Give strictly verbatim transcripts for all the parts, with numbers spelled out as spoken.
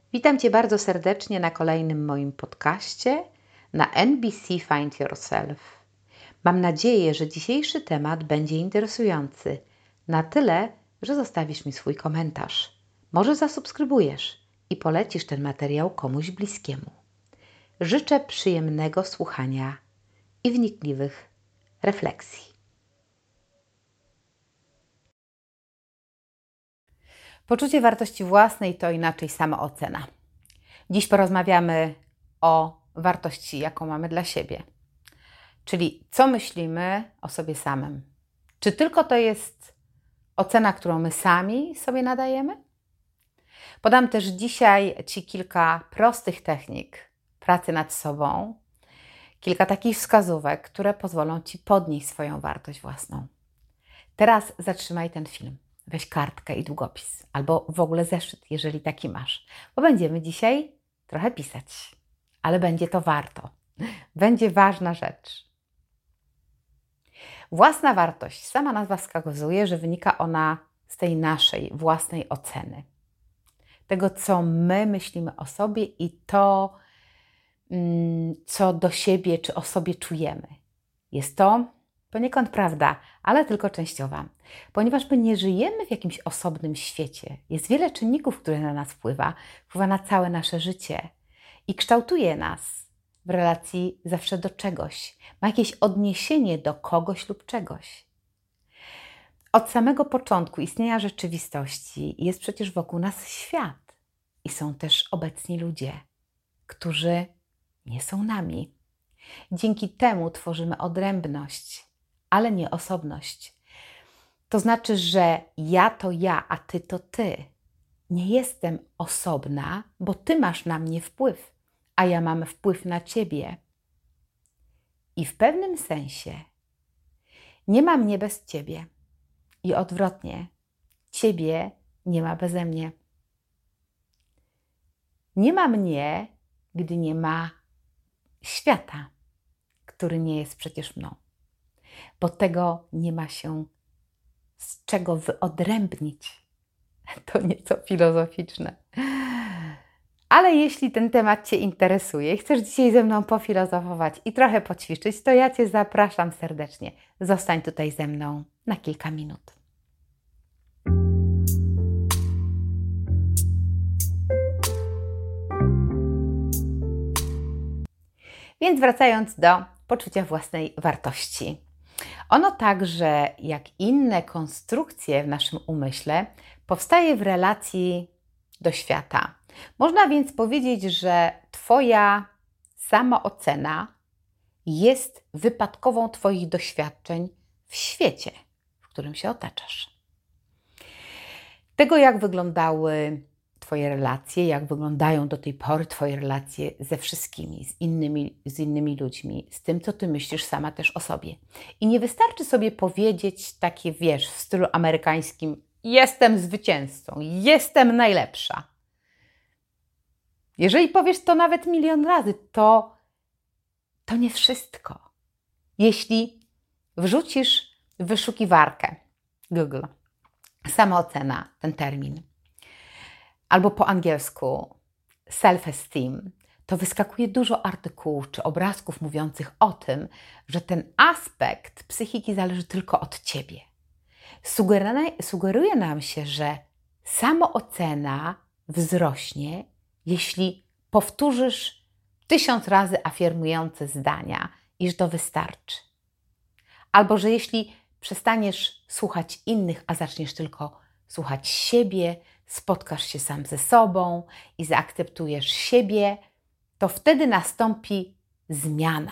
Witam Cię bardzo serdecznie na kolejnym moim podcaście na N B C Find Yourself. Mam nadzieję, że dzisiejszy temat będzie interesujący na tyle, że zostawisz mi swój komentarz. Może zasubskrybujesz i polecisz ten materiał komuś bliskiemu. Życzę przyjemnego słuchania i wnikliwych refleksji. Poczucie wartości własnej to inaczej samoocena. Dziś porozmawiamy o wartości, jaką mamy dla siebie. Czyli co myślimy o sobie samym. Czy tylko to jest ocena, którą my sami sobie nadajemy? Podam też dzisiaj Ci kilka prostych technik pracy nad sobą, kilka takich wskazówek, które pozwolą Ci podnieść swoją wartość własną. Teraz zatrzymaj ten film. Weź kartkę i długopis, albo w ogóle zeszyt, jeżeli taki masz, bo będziemy dzisiaj trochę pisać, ale będzie to warto. Będzie ważna rzecz. Własna wartość, sama nazwa wskazuje, że wynika ona z tej naszej własnej oceny. Tego, co my myślimy o sobie i to, co do siebie czy o sobie czujemy. Jest to poniekąd prawda, ale tylko częściowa. Ponieważ my nie żyjemy w jakimś osobnym świecie. Jest wiele czynników, które na nas wpływa, wpływa na całe nasze życie i kształtuje nas w relacji zawsze do czegoś. Ma jakieś odniesienie do kogoś lub czegoś. Od samego początku istnienia rzeczywistości jest przecież wokół nas świat. I są też obecni ludzie, którzy nie są nami. Dzięki temu tworzymy odrębność, ale nie osobność. To znaczy, że ja to ja, a ty to ty. Nie jestem osobna, bo ty masz na mnie wpływ, a ja mam wpływ na ciebie. I w pewnym sensie nie ma mnie bez ciebie. I odwrotnie, ciebie nie ma beze mnie. Nie ma mnie, gdy nie ma świata, który nie jest przecież mną. Bo tego nie ma się z czego wyodrębnić. To nieco filozoficzne. Ale jeśli ten temat Cię interesuje i chcesz dzisiaj ze mną pofilozofować i trochę poćwiczyć, to ja Cię zapraszam serdecznie. Zostań tutaj ze mną na kilka minut. Więc wracając do poczucia własnej wartości. Ono także, jak inne konstrukcje w naszym umyśle, powstaje w relacji do świata. Można więc powiedzieć, że Twoja samoocena jest wypadkową Twoich doświadczeń w świecie, w którym się otaczasz. Tego, jak wyglądały Twoje relacje, jak wyglądają do tej pory Twoje relacje ze wszystkimi, z innymi, z innymi ludźmi, z tym, co Ty myślisz sama też o sobie. I nie wystarczy sobie powiedzieć takie, wiesz, w stylu amerykańskim: jestem zwycięzcą, jestem najlepsza. Jeżeli powiesz to nawet milion razy, to, to nie wszystko. Jeśli wrzucisz w wyszukiwarkę Google samoocena, ten termin, albo po angielsku self-esteem, to wyskakuje dużo artykułów czy obrazków mówiących o tym, że ten aspekt psychiki zależy tylko od Ciebie. Sugeruje nam się, że samoocena wzrośnie, jeśli powtórzysz tysiąc razy afirmujące zdania i że to wystarczy. Albo że jeśli przestaniesz słuchać innych, a zaczniesz tylko słuchać siebie, spotkasz się sam ze sobą i zaakceptujesz siebie, to wtedy nastąpi zmiana.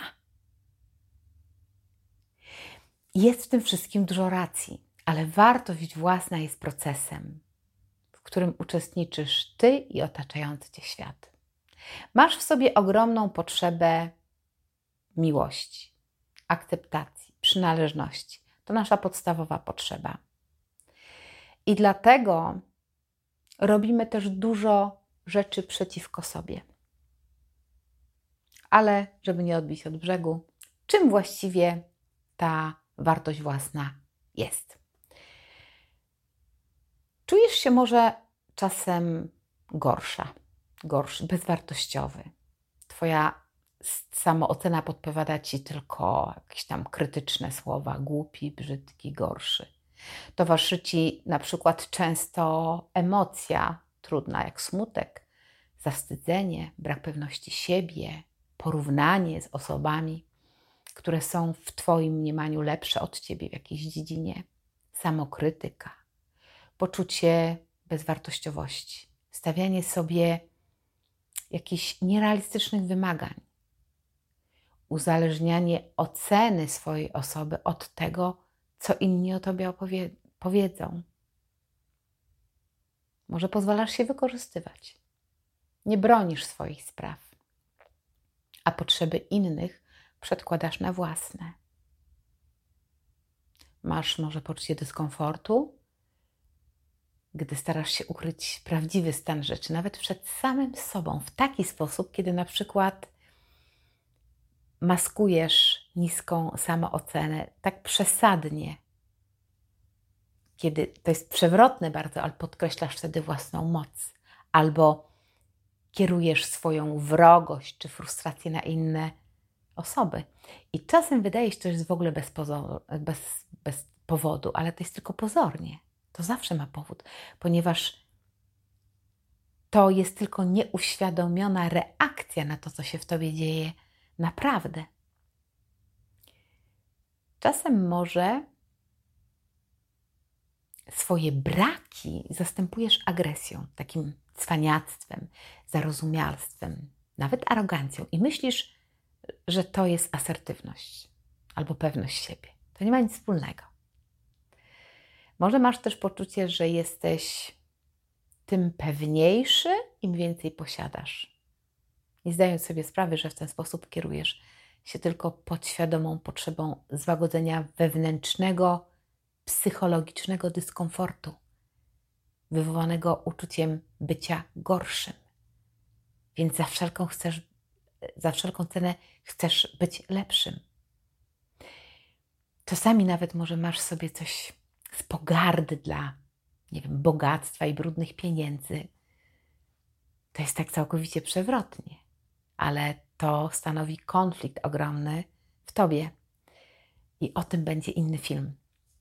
Jest w tym wszystkim dużo racji, ale wartość własna jest procesem, w którym uczestniczysz Ty i otaczający Cię świat. Masz w sobie ogromną potrzebę miłości, akceptacji, przynależności. To nasza podstawowa potrzeba. I dlatego robimy też dużo rzeczy przeciwko sobie. Ale żeby nie odbić od brzegu, czym właściwie ta wartość własna jest? Czujesz się może czasem gorsza, gorszy, bezwartościowy. Twoja samoocena podpowiada Ci tylko jakieś tam krytyczne słowa, głupi, brzydki, gorszy. Towarzyszy Ci na przykład często emocja trudna, jak smutek, zawstydzenie, brak pewności siebie, porównanie z osobami, które są w Twoim mniemaniu lepsze od Ciebie w jakiejś dziedzinie, samokrytyka, poczucie bezwartościowości, stawianie sobie jakichś nierealistycznych wymagań, uzależnianie oceny swojej osoby od tego, co inni o Tobie opowie- powiedzą. Może pozwalasz się wykorzystywać. Nie bronisz swoich spraw, a potrzeby innych przedkładasz na własne. Masz może poczucie dyskomfortu, gdy starasz się ukryć prawdziwy stan rzeczy, nawet przed samym sobą, w taki sposób, kiedy na przykład maskujesz niską samoocenę tak przesadnie, kiedy to jest przewrotne bardzo, ale podkreślasz wtedy własną moc, albo kierujesz swoją wrogość czy frustrację na inne osoby. I czasem wydaje się, że to jest w ogóle bez, pozoru, bez, bez powodu, ale to jest tylko pozornie. To zawsze ma powód, ponieważ to jest tylko nieuświadomiona reakcja na to, co się w Tobie dzieje naprawdę. Czasem może swoje braki zastępujesz agresją, takim cwaniactwem, zarozumialstwem, nawet arogancją i myślisz, że to jest asertywność albo pewność siebie. To nie ma nic wspólnego. Może masz też poczucie, że jesteś tym pewniejszy, im więcej posiadasz. Nie zdając sobie sprawy, że w ten sposób kierujesz się tylko podświadomą potrzebą złagodzenia wewnętrznego, psychologicznego dyskomfortu, wywołanego uczuciem bycia gorszym. Więc za wszelką, chcesz, za wszelką cenę chcesz być lepszym. Czasami nawet może masz sobie coś z pogardy dla, nie wiem, bogactwa i brudnych pieniędzy. To jest tak całkowicie przewrotnie, ale to stanowi konflikt ogromny w Tobie. I o tym będzie inny film.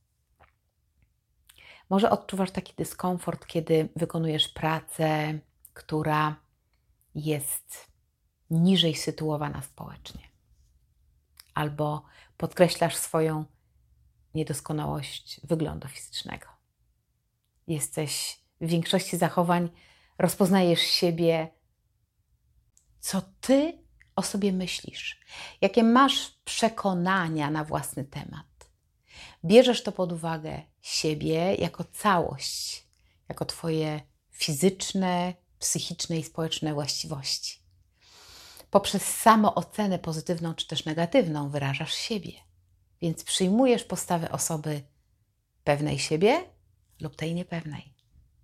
Może odczuwasz taki dyskomfort, kiedy wykonujesz pracę, która jest niżej sytuowana społecznie. Albo podkreślasz swoją niedoskonałość wyglądu fizycznego. Jesteś w większości zachowań, rozpoznajesz siebie, co Ty o sobie myślisz, jakie masz przekonania na własny temat. Bierzesz to pod uwagę siebie jako całość, jako Twoje fizyczne, psychiczne i społeczne właściwości. Poprzez samoocenę pozytywną czy też negatywną wyrażasz siebie, więc przyjmujesz postawę osoby pewnej siebie lub tej niepewnej.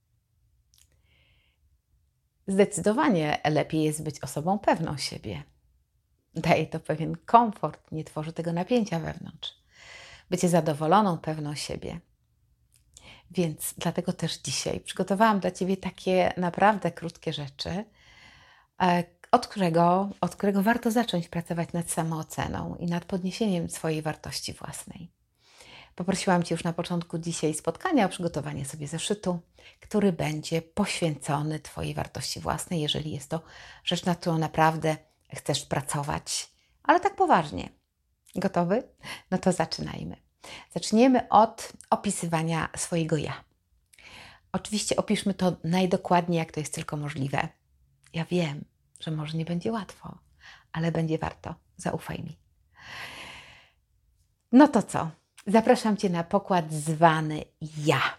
Zdecydowanie lepiej jest być osobą pewną siebie. Daje to pewien komfort, nie tworzy tego napięcia wewnątrz. Bycie zadowoloną, pewną siebie. Więc dlatego też dzisiaj przygotowałam dla Ciebie takie naprawdę krótkie rzeczy, od którego, od którego warto zacząć pracować nad samooceną i nad podniesieniem swojej wartości własnej. Poprosiłam Cię już na początku dzisiaj spotkania o przygotowanie sobie zeszytu, który będzie poświęcony Twojej wartości własnej, jeżeli jest to rzecz, nad którą naprawdę chcesz pracować, ale tak poważnie. Gotowy? No to zaczynajmy. Zaczniemy od opisywania swojego ja. Oczywiście opiszmy to najdokładniej, jak to jest tylko możliwe. Ja wiem, że może nie będzie łatwo, ale będzie warto. Zaufaj mi. No to co? Zapraszam Cię na pokład zwany ja.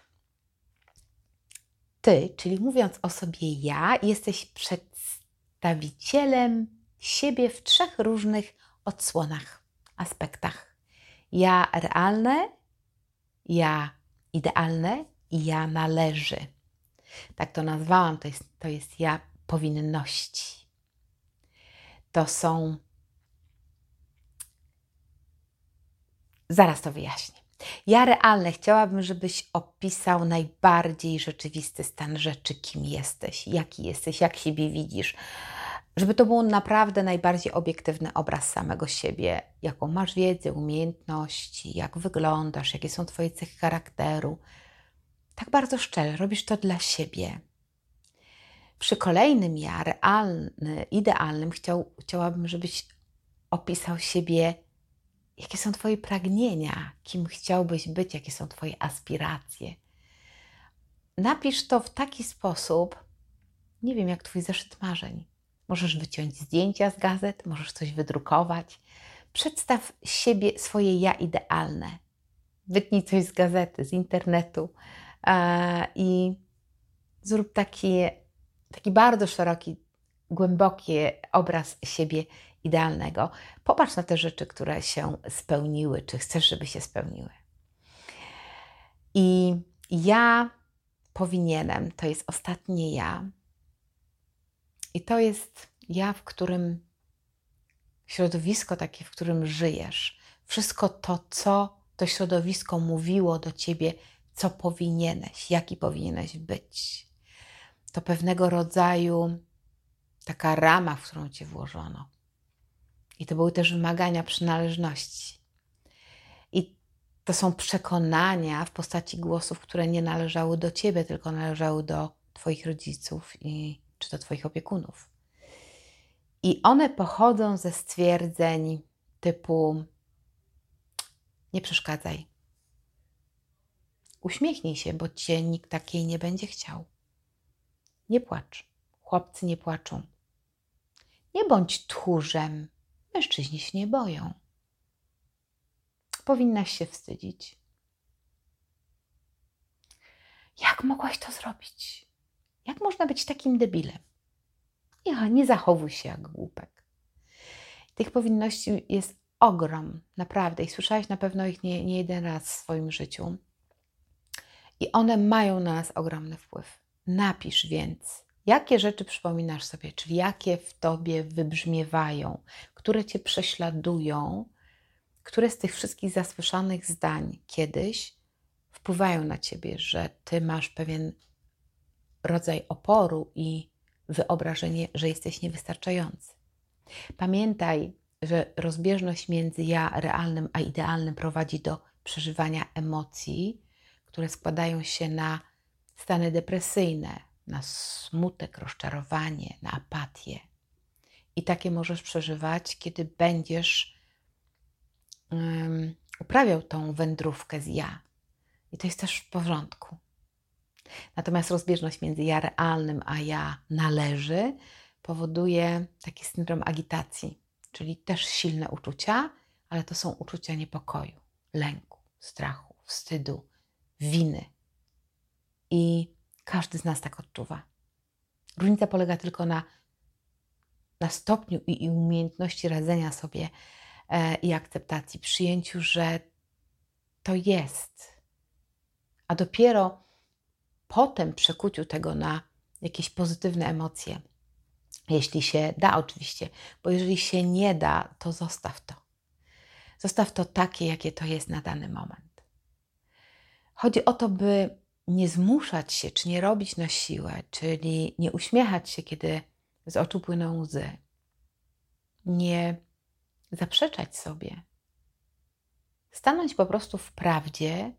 Ty, czyli mówiąc o sobie ja, jesteś przedstawicielem siebie w trzech różnych odsłonach, aspektach. Ja realne, ja idealne i ja należy. Tak to nazwałam, to jest, to jest ja powinności. To są... Zaraz to wyjaśnię. Ja realne. Chciałabym, żebyś opisał najbardziej rzeczywisty stan rzeczy, kim jesteś, jaki jesteś, jak siebie widzisz. Żeby to był naprawdę najbardziej obiektywny obraz samego siebie, jaką masz wiedzę, umiejętności, jak wyglądasz, jakie są Twoje cechy charakteru. Tak bardzo szczerze, robisz to dla siebie. Przy kolejnym ja, realny, idealnym, chciał, chciałabym, żebyś opisał siebie, jakie są Twoje pragnienia, kim chciałbyś być, jakie są Twoje aspiracje. Napisz to w taki sposób, nie wiem, jak Twój zeszyt marzeń. Możesz wyciąć zdjęcia z gazet, możesz coś wydrukować. Przedstaw siebie, swoje ja idealne. Wytnij coś z gazety, z internetu e, i zrób taki, taki bardzo szeroki, głęboki obraz siebie idealnego. Popatrz na te rzeczy, które się spełniły, czy chcesz, żeby się spełniły. I ja powinienem, to jest ostatnie ja. I to jest ja, w którym środowisko takie, w którym żyjesz. Wszystko to, co to środowisko mówiło do Ciebie, co powinieneś, jaki powinieneś być. To pewnego rodzaju taka rama, w którą Cię włożono. I to były też wymagania przynależności. I to są przekonania w postaci głosów, które nie należały do Ciebie, tylko należały do Twoich rodziców i, czy do Twoich opiekunów. I one pochodzą ze stwierdzeń typu nie przeszkadzaj. Uśmiechnij się, bo Cię nikt takiej nie będzie chciał. Nie płacz. Chłopcy nie płaczą. Nie bądź tchórzem. Mężczyźni się nie boją. Powinnaś się wstydzić. Jak mogłaś to zrobić? Jak można być takim debilem? Ja, nie zachowuj się jak głupek. Tych powinności jest ogrom, naprawdę. I słyszałaś na pewno ich nie, nie jeden raz w swoim życiu. I one mają na nas ogromny wpływ. Napisz więc, jakie rzeczy przypominasz sobie, czyli jakie w Tobie wybrzmiewają, które Cię prześladują, które z tych wszystkich zasłyszanych zdań kiedyś wpływają na Ciebie, że Ty masz pewien rodzaj oporu i wyobrażenie, że jesteś niewystarczający. Pamiętaj, że rozbieżność między ja realnym a idealnym prowadzi do przeżywania emocji, które składają się na stany depresyjne, na smutek, rozczarowanie, na apatię. I takie możesz przeżywać, kiedy będziesz um, uprawiał tą wędrówkę z ja. I to jest też w porządku. Natomiast rozbieżność między ja realnym a ja należy powoduje taki syndrom agitacji, czyli też silne uczucia, ale to są uczucia niepokoju, lęku, strachu, wstydu, winy. I każdy z nas tak odczuwa. Różnica polega tylko na, na stopniu i, i umiejętności radzenia sobie e, i akceptacji, przyjęciu, że to jest. A dopiero potem przekuciu tego na jakieś pozytywne emocje. Jeśli się da oczywiście, bo jeżeli się nie da, to zostaw to. Zostaw to takie, jakie to jest na dany moment. Chodzi o to, by nie zmuszać się, czy nie robić na siłę, czyli nie uśmiechać się, kiedy z oczu płyną łzy. Nie zaprzeczać sobie. Stanąć po prostu w prawdzie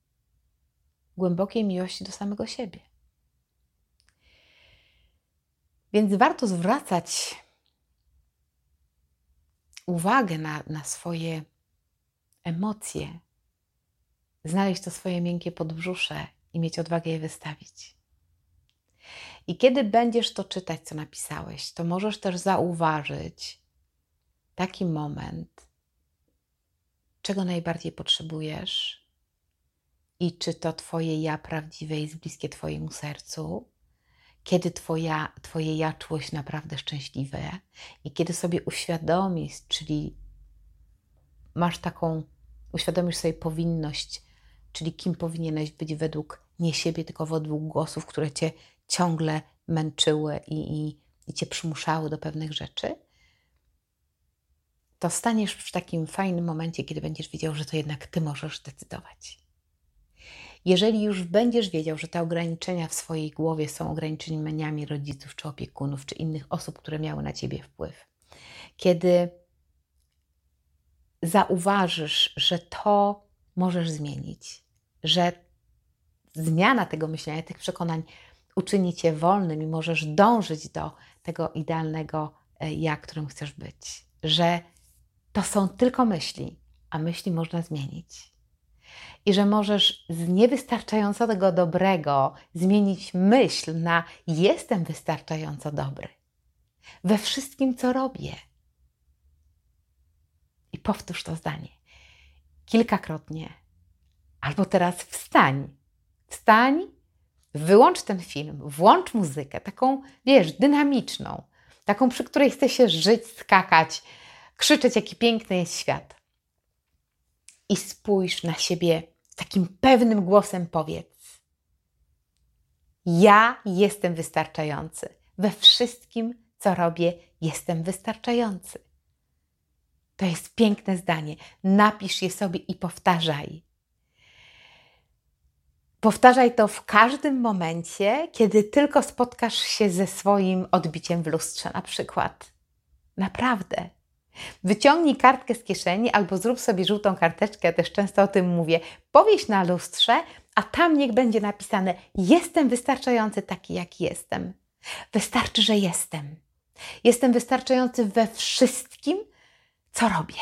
głębokiej miłości do samego siebie. Więc warto zwracać uwagę na, na swoje emocje, znaleźć to swoje miękkie podbrzusze i mieć odwagę je wystawić. I kiedy będziesz to czytać, co napisałeś, to możesz też zauważyć taki moment, czego najbardziej potrzebujesz i czy to Twoje ja prawdziwe jest bliskie Twojemu sercu, kiedy twoja, Twoje ja czuło się naprawdę szczęśliwe i kiedy sobie uświadomisz, czyli masz taką, uświadomisz sobie powinność, czyli kim powinieneś być według nie siebie, tylko według głosów, które Cię ciągle męczyły i, i, i Cię przymuszały do pewnych rzeczy, to staniesz w takim fajnym momencie, kiedy będziesz wiedział, że to jednak Ty możesz decydować. Jeżeli już będziesz wiedział, że te ograniczenia w swojej głowie są ograniczeniami rodziców, czy opiekunów, czy innych osób, które miały na Ciebie wpływ, kiedy zauważysz, że to możesz zmienić, że zmiana tego myślenia, tych przekonań uczyni Cię wolnym i możesz dążyć do tego idealnego ja, którym chcesz być, że to są tylko myśli, a myśli można zmienić. I że możesz z niewystarczającego dobrego zmienić myśl na jestem wystarczająco dobry we wszystkim, co robię. I powtórz to zdanie kilkakrotnie. Albo teraz wstań. Wstań, wyłącz ten film, włącz muzykę, taką, wiesz, dynamiczną, taką, przy której chce się żyć, skakać, krzyczeć, jaki piękny jest świat. I spójrz na siebie takim pewnym głosem, powiedz: ja jestem wystarczający. We wszystkim, co robię, jestem wystarczający. To jest piękne zdanie. Napisz je sobie i powtarzaj. Powtarzaj to w każdym momencie, kiedy tylko spotkasz się ze swoim odbiciem w lustrze na przykład. Naprawdę. Wyciągnij kartkę z kieszeni albo zrób sobie żółtą karteczkę, ja też często o tym mówię. Powieś na lustrze, a tam niech będzie napisane: jestem wystarczający taki, jaki jestem. Wystarczy, że jestem. Jestem wystarczający we wszystkim, co robię.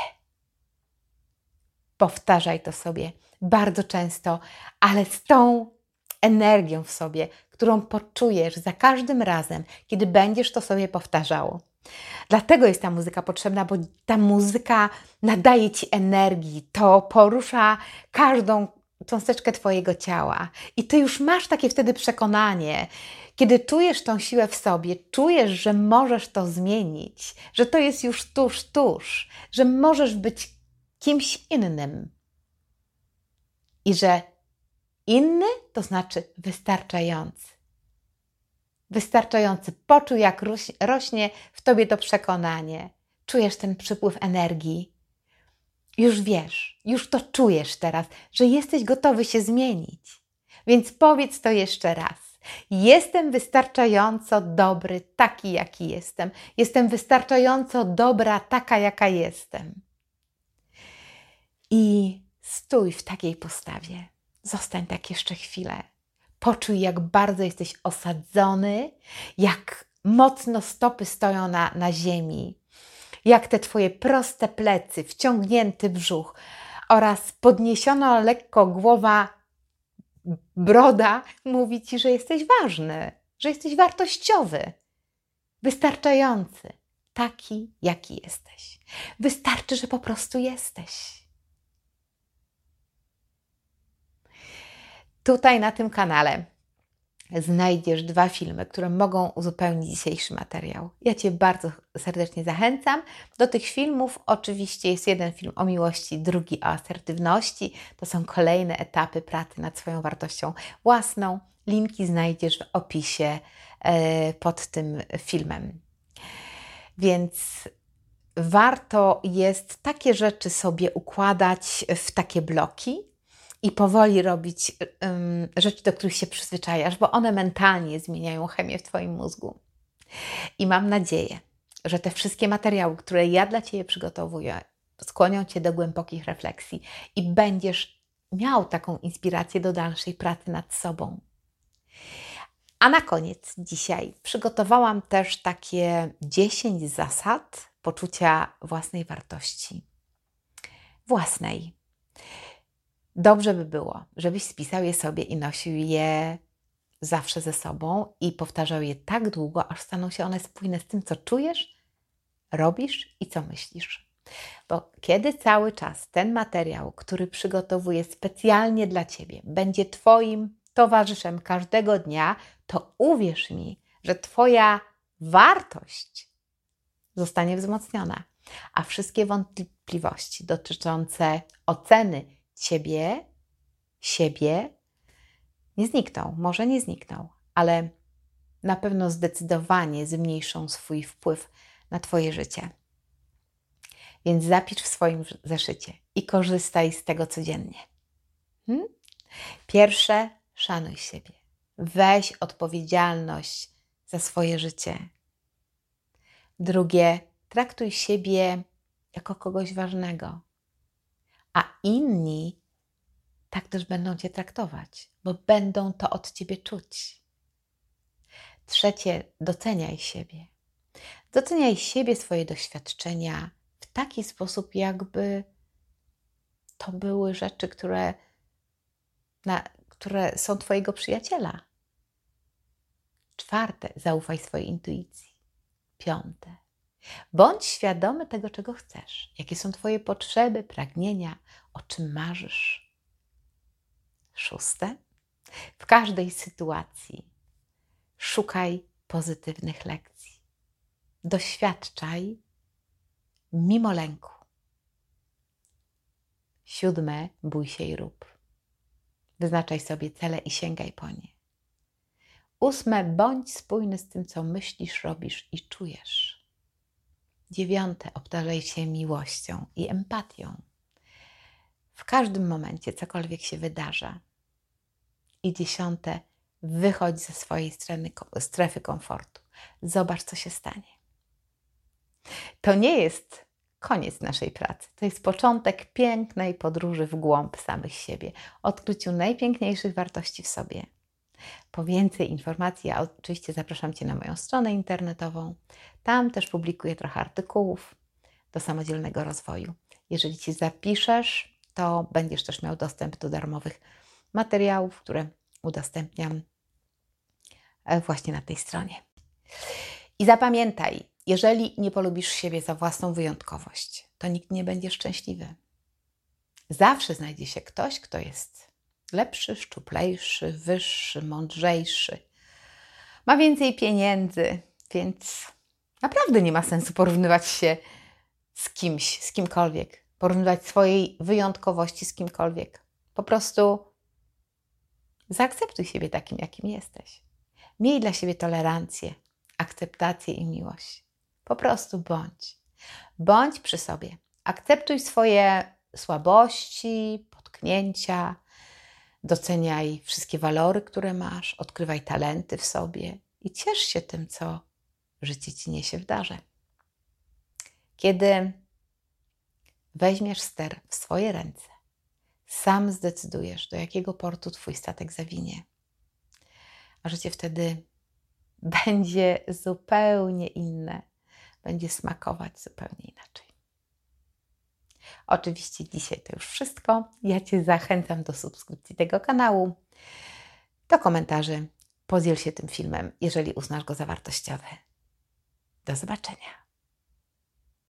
Powtarzaj to sobie bardzo często, ale z tą energią w sobie, którą poczujesz za każdym razem, kiedy będziesz to sobie powtarzał. Dlatego jest ta muzyka potrzebna, bo ta muzyka nadaje Ci energii, to porusza każdą cząsteczkę Twojego ciała i Ty już masz takie wtedy przekonanie, kiedy czujesz tą siłę w sobie, czujesz, że możesz to zmienić, że to jest już tuż, tuż, że możesz być kimś innym i że inny to znaczy wystarczający. Wystarczający. Poczuj, jak rośnie w Tobie to przekonanie. Czujesz ten przypływ energii. Już wiesz, już to czujesz teraz, że jesteś gotowy się zmienić. Więc powiedz to jeszcze raz. Jestem wystarczająco dobry, taki jaki jestem. Jestem wystarczająco dobra, taka jaka jestem. I stój w takiej postawie. Zostań tak jeszcze chwilę. Poczuj, jak bardzo jesteś osadzony, jak mocno stopy stoją na, na ziemi, jak te Twoje proste plecy, wciągnięty brzuch oraz podniesiona lekko głowa, broda mówi Ci, że jesteś ważny, że jesteś wartościowy, wystarczający, taki, jaki jesteś. Wystarczy, że po prostu jesteś. Tutaj na tym kanale znajdziesz dwa filmy, które mogą uzupełnić dzisiejszy materiał. Ja Cię bardzo serdecznie zachęcam do tych filmów. Oczywiście jest jeden film o miłości, drugi o asertywności. To są kolejne etapy pracy nad swoją wartością własną. Linki znajdziesz w opisie e, pod tym filmem. Więc warto jest takie rzeczy sobie układać w takie bloki i powoli robić um, rzeczy, do których się przyzwyczajasz, bo one mentalnie zmieniają chemię w Twoim mózgu. I mam nadzieję, że te wszystkie materiały, które ja dla Ciebie przygotowuję, skłonią Cię do głębokich refleksji i będziesz miał taką inspirację do dalszej pracy nad sobą. A na koniec dzisiaj przygotowałam też takie dziesięć zasad poczucia własnej wartości. Własnej. Dobrze by było, żebyś spisał je sobie i nosił je zawsze ze sobą i powtarzał je tak długo, aż staną się one spójne z tym, co czujesz, robisz i co myślisz. Bo kiedy cały czas ten materiał, który przygotowuję specjalnie dla Ciebie, będzie Twoim towarzyszem każdego dnia, to uwierz mi, że Twoja wartość zostanie wzmocniona, a wszystkie wątpliwości dotyczące oceny Ciebie, siebie nie znikną, może nie znikną, ale na pewno zdecydowanie zmniejszą swój wpływ na Twoje życie. Więc zapisz w swoim zeszycie i korzystaj z tego codziennie. Hmm? Pierwsze, szanuj siebie. Weź odpowiedzialność za swoje życie. Drugie, traktuj siebie jako kogoś ważnego. A inni tak też będą Cię traktować, bo będą to od Ciebie czuć. Trzecie, doceniaj siebie. Doceniaj siebie, swoje doświadczenia w taki sposób, jakby to były rzeczy, które, na, które są Twojego przyjaciela. Czwarte, zaufaj swojej intuicji. Piąte, bądź świadomy tego, czego chcesz, jakie są Twoje potrzeby, pragnienia, o czym marzysz. Szóste, w każdej sytuacji szukaj pozytywnych lekcji. Doświadczaj mimo lęku. Siódme, bój się i rób. Wyznaczaj sobie cele i sięgaj po nie. Ósme, bądź spójny z tym, co myślisz, robisz i czujesz. Dziewiąte, obdarzaj się miłością i empatią. W każdym momencie, cokolwiek się wydarza. I dziesiąte, wychodź ze swojej strefy komfortu. Zobacz, co się stanie. To nie jest koniec naszej pracy. To jest początek pięknej podróży w głąb samych siebie, odkryciu najpiękniejszych wartości w sobie. Po więcej informacji, ja oczywiście zapraszam Cię na moją stronę internetową. Tam też publikuję trochę artykułów do samodzielnego rozwoju. Jeżeli Ci zapiszesz, to będziesz też miał dostęp do darmowych materiałów, które udostępniam właśnie na tej stronie. I zapamiętaj, jeżeli nie polubisz siebie za własną wyjątkowość, to nikt nie będzie szczęśliwy. Zawsze znajdzie się ktoś, kto jest lepszy, szczuplejszy, wyższy, mądrzejszy, ma więcej pieniędzy, więc naprawdę nie ma sensu porównywać się z kimś, z kimkolwiek, porównywać swojej wyjątkowości z kimkolwiek. Po prostu zaakceptuj siebie takim, jakim jesteś. Miej dla siebie tolerancję, akceptację i miłość. Po prostu bądź. Bądź przy sobie. Akceptuj swoje słabości, potknięcia, doceniaj wszystkie walory, które masz, odkrywaj talenty w sobie i ciesz się tym, co życie Ci niesie w darze. Kiedy weźmiesz ster w swoje ręce, sam zdecydujesz, do jakiego portu Twój statek zawinie, a życie wtedy będzie zupełnie inne, będzie smakować zupełnie inaczej. Oczywiście dzisiaj to już wszystko. Ja Cię zachęcam do subskrypcji tego kanału, do komentarzy. Podziel się tym filmem, jeżeli uznasz go za wartościowy. Do zobaczenia.